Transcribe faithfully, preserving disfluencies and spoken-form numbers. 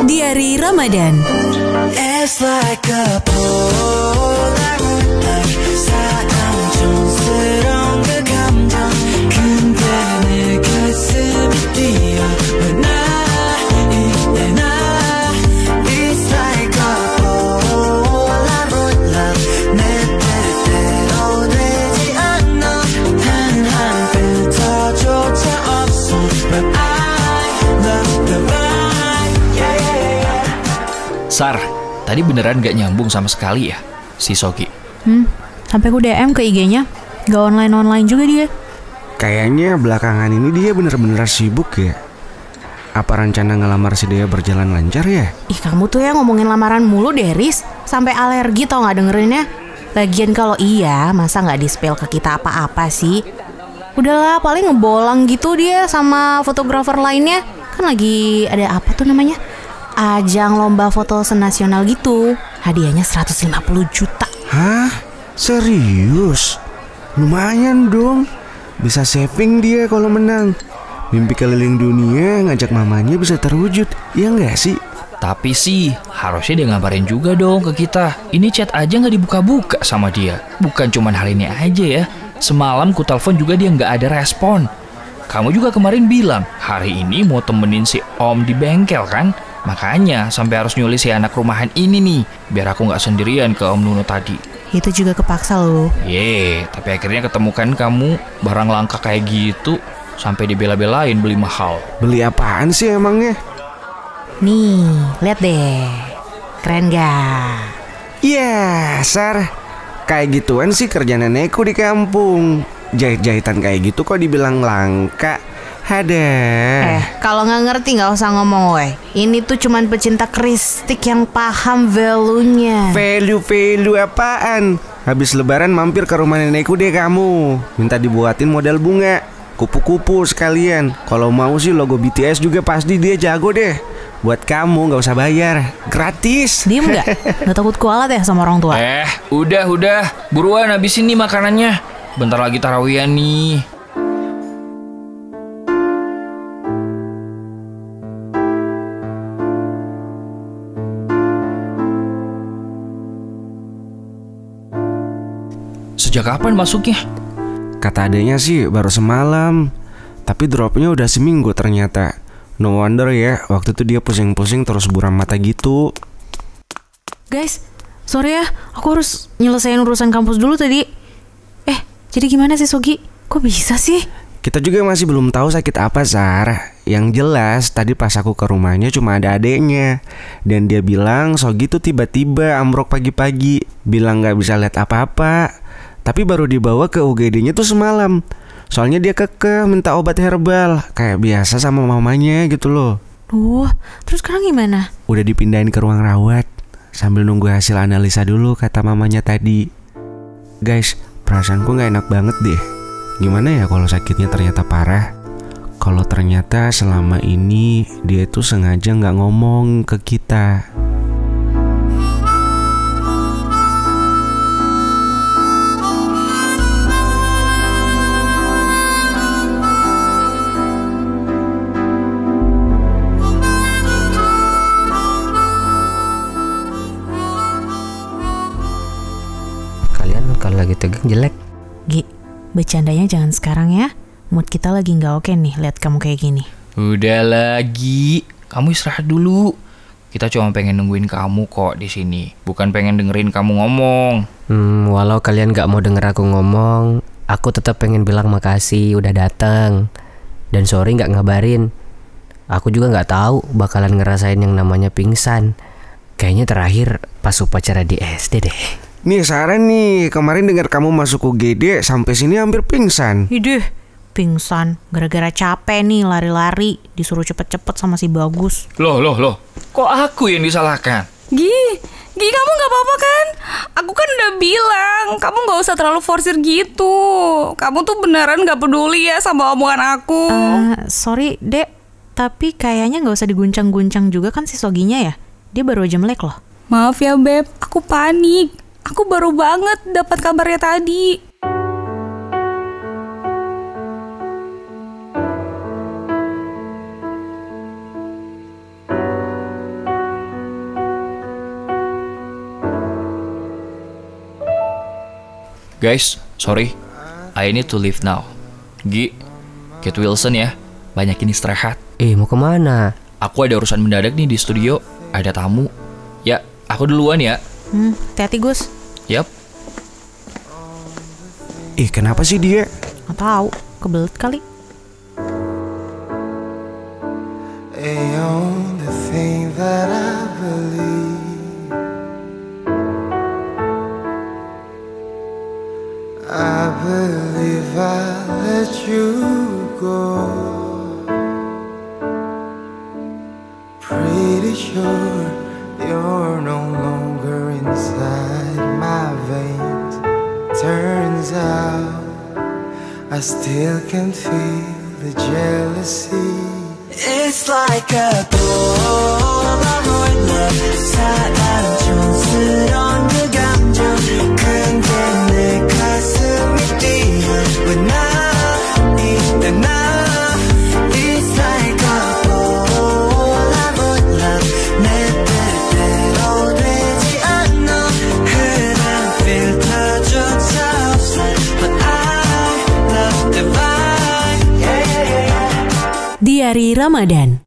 Diari Ramadan. It's like a Polaroid 사랑촌스러운 그 감정 근데 내 가슴이 뛰어 왜 나 이래 나 It's like a Polaroid love 내 뜻대로 되지 않아 단 한 필터조차 없어 But I love the vibe yeah, yeah, yeah. Sar, tadi beneran gak nyambung sama sekali ya si Sogi? Hmm, sampai ku D M ke I G-nya, gak online-online juga dia. Kayaknya belakangan ini dia bener-bener sibuk ya. Apa rencana ngelamar si Dea berjalan lancar ya? Ih, kamu tuh ya ngomongin lamaran mulu deh, Riz. Sampai alergi tau gak dengerinnya. Lagian kalau iya, masa gak di-spill ke kita apa-apa sih? Udahlah, paling ngebolang gitu dia sama fotografer lainnya. Kan lagi ada apa tuh namanya? Ajang lomba foto senasional gitu. Hadiahnya seratus lima puluh juta. Hah? Serius? Lumayan dong. Bisa saving dia kalau menang. Mimpi keliling dunia ngajak mamanya bisa terwujud. Ya nggak sih? Tapi sih, harusnya dia ngabarin juga dong ke kita. Ini chat aja nggak dibuka-buka sama dia. Bukan cuma hal ini aja ya. Semalam ku telepon juga dia nggak ada respon. Kamu juga kemarin bilang, hari ini mau temenin si Om di bengkel kan? Makanya sampai harus nyulis si anak rumahan ini nih, biar aku nggak sendirian ke Om Nuno tadi. Itu juga kepaksa loh. Ye, tapi akhirnya ketemukan kamu barang langka kayak gitu, sampai dibela-belain beli mahal. Beli apaan sih emangnya? Nih, lihat deh. Keren gak? Iya, Sar. Kayak gituan sih kerja nenekku di kampung. Jahit-jahitan kayak gitu kok dibilang langka. Ada. Eh, kalau nggak ngerti nggak usah ngomong, weh. Ini tuh cuman pecinta kristik yang paham value-nya. Value-value apaan? Habis lebaran mampir ke rumah nenekku deh kamu. Minta dibuatin model bunga, kupu-kupu sekalian. Kalau mau sih logo B T S juga pasti dia jago deh. Buat kamu nggak usah bayar, gratis. Diem nggak? Nggak takut kualat ya sama orang tua? Eh, udah udah, buruan habisin nih makanannya. Bentar lagi tarawihan nih. Sejak kapan masuknya? Kata adanya sih baru semalam. Tapi dropnya udah seminggu ternyata. No wonder ya, waktu itu dia pusing-pusing terus buram mata gitu. Guys, sorry ya, aku harus nyelesain urusan kampus dulu tadi. Eh, jadi gimana sih Sogi? Kok bisa sih? Kita juga masih belum tahu sakit apa, Sar. Yang jelas tadi pas aku ke rumahnya cuma ada adeknya. Dan dia bilang Sogi tuh tiba-tiba ambruk pagi-pagi. Bilang gak bisa lihat apa-apa. Tapi baru dibawa ke U G D-nya tuh semalam. Soalnya dia kekeh minta obat herbal, kayak biasa sama mamanya gitu loh. Duh, terus sekarang gimana? Udah dipindahin ke ruang rawat. Sambil nunggu hasil analisa dulu kata mamanya tadi. Guys, perasaanku gak enak banget deh. Gimana ya kalau sakitnya ternyata parah? Kalau ternyata selama ini dia tuh sengaja gak ngomong ke kita. Kalau lagi tegang jelek. Gi, bercandanya jangan sekarang ya. Mood kita lagi gak oke nih lihat kamu kayak gini. Udah lagi, kamu istirahat dulu. Kita cuma pengen nungguin kamu kok di sini, bukan pengen dengerin kamu ngomong. Hmm, walau kalian gak mau denger aku ngomong, aku tetap pengen bilang makasih udah datang. Dan sorry gak ngabarin. Aku juga gak tahu bakalan ngerasain yang namanya pingsan. Kayaknya terakhir pas upacara di S D deh. Nih saran nih, kemarin dengar kamu masuk U G D sampai sini hampir pingsan. Ideh, pingsan gara-gara capek nih lari-lari, disuruh cepet-cepet sama si Bagus. Loh, loh, loh. Kok aku yang disalahkan? Gi, Gi kamu gak apa-apa kan? Aku kan udah bilang, kamu gak usah terlalu forsir gitu. Kamu tuh beneran gak peduli ya sama omongan aku. Uh, sorry, Dek. Tapi kayaknya gak usah diguncang-guncang juga kan si Soginya ya. Dia baru aja melek loh. Maaf ya Beb, aku panik. Aku baru banget dapat kabarnya tadi. Guys, sorry, I need to leave now. Gi, Kate Wilson ya, banyakin istirahat. Eh, mau kemana? Aku ada urusan mendadak nih di studio, ada tamu. Ya, aku duluan ya. Hmm, hati-hati Gus. Yap. Ih, kenapa sih dia? Nggak tahu, kebelet kali. The only thing that I believe, I believe I let you go. Pretty sure you're no longer inside my veins. Turns out I still can feel the jealousy. It's like a Polaroid love, 사랑 촌스러운 그 감정. 근데 내 가슴이 뛰어 when I 있는 나. It's like a Polaroid love, 내 뜻대로 되지 않아. 그런 필터조차 없어, but I love the vibe. Yeah, yeah, yeah. Diari Ramadan.